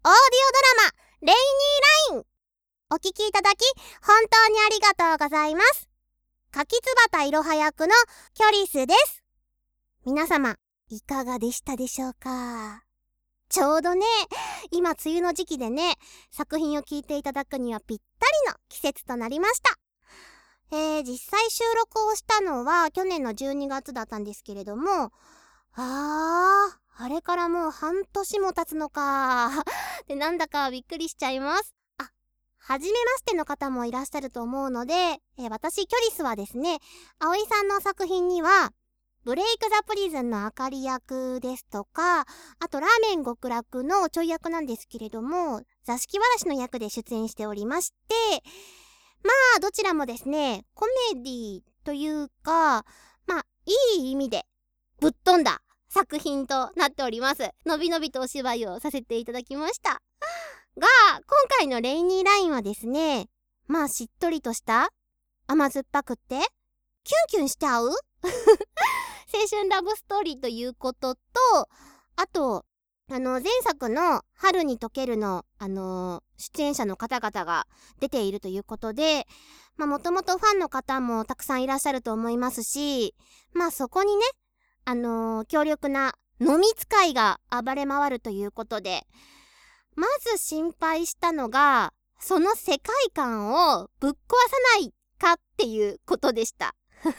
オーディオドラマレイニーラインお聞きいただき本当にありがとうございます。柿椿いろは役のキョリスです。皆様いかがでしたでしょうか。ちょうどね、今梅雨の時期でね、作品を聞いていただくにはぴったりの季節となりました。実際収録をしたのは去年の12月だったんですけれども、あれからもう半年も経つのかで、なんだかびっくりしちゃいます。はじめましての方もいらっしゃると思うので、私キョリスはですね、葵さんの作品にはブレイクザプリズンのあかり役ですとか、あとラーメン極楽のちょい役なんですけれども、座敷わらしの役で出演しておりまして、どちらもですね、コメディというか、いい意味でぶっ飛んだ作品となっております。のびのびとお芝居をさせていただきましたが、今回のレイニーラインはですね、しっとりとした甘酸っぱくってキュンキュンしちゃう青春ラブストーリーということと、あと前作の春に溶けるの出演者の方々が出ているということで、もともとファンの方もたくさんいらっしゃると思いますし、そこにね強力な飲み使いが暴れ回るということで、まず心配したのがその世界観をぶっ壊さないかっていうことでした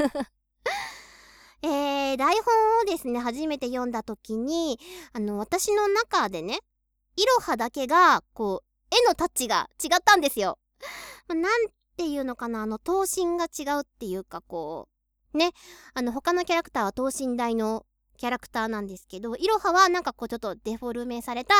台本をですね初めて読んだ時に私の中でね、いろはだけが絵のタッチが違ったんですよ。なんていうのかな、頭身が違うっていうか他のキャラクターは等身大のキャラクターなんですけど、いろははちょっとデフォルメされた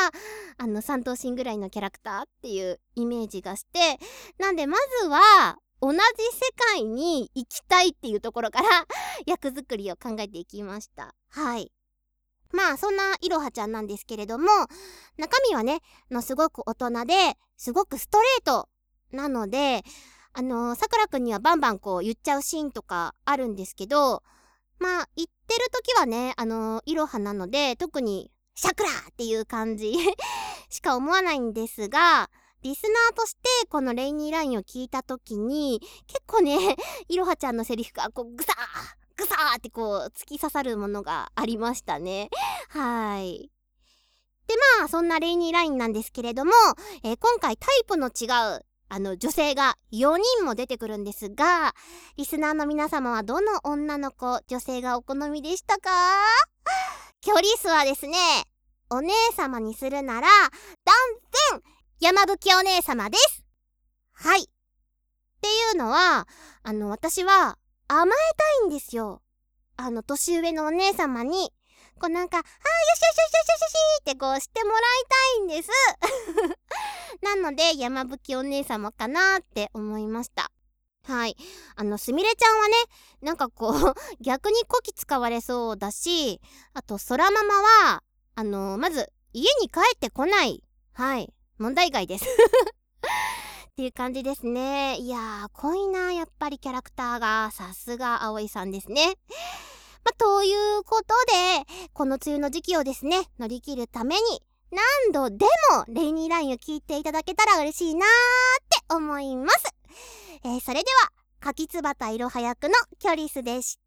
3頭身ぐらいのキャラクターっていうイメージがして、なんでまずは同じ世界に行きたいっていうところから役作りを考えていきました。はい。そんないろはちゃんなんですけれども、中身はねすごく大人ですごくストレートなので、さくらくんにはバンバン言っちゃうシーンとかあるんですけど、言ってる時はねいろはなので特にさくらっていう感じしか思わないんですが、リスナーとしてこのレイニーラインを聞いた時に結構ねいろはちゃんのセリフがグサーグサーって突き刺さるものがありましたね。はい。でそんなレイニーラインなんですけれども、今回タイプの違う女性が4人も出てくるんですが、リスナーの皆様はどの女の子、女性がお好みでしたか？キョリスはですね、お姉様にするなら断然山吹お姉様です。はい。っていうのは私は甘えたいんですよ。年上のお姉様によしよしよしよしよしよしってしてもらいたいんですなので山吹お姉様かなって思いました。はい。すみれちゃんはね逆にこき使われそうだし、あと空ママはまず家に帰ってこない、はい問題外ですっていう感じですね。いやー濃いな、やっぱりキャラクターが。さすが葵さんですね。ということでこの梅雨の時期をですね乗り切るために何度でもレイニーラインを聞いていただけたら嬉しいなーって思います。それでは柿椿いろは役のキョリスでした。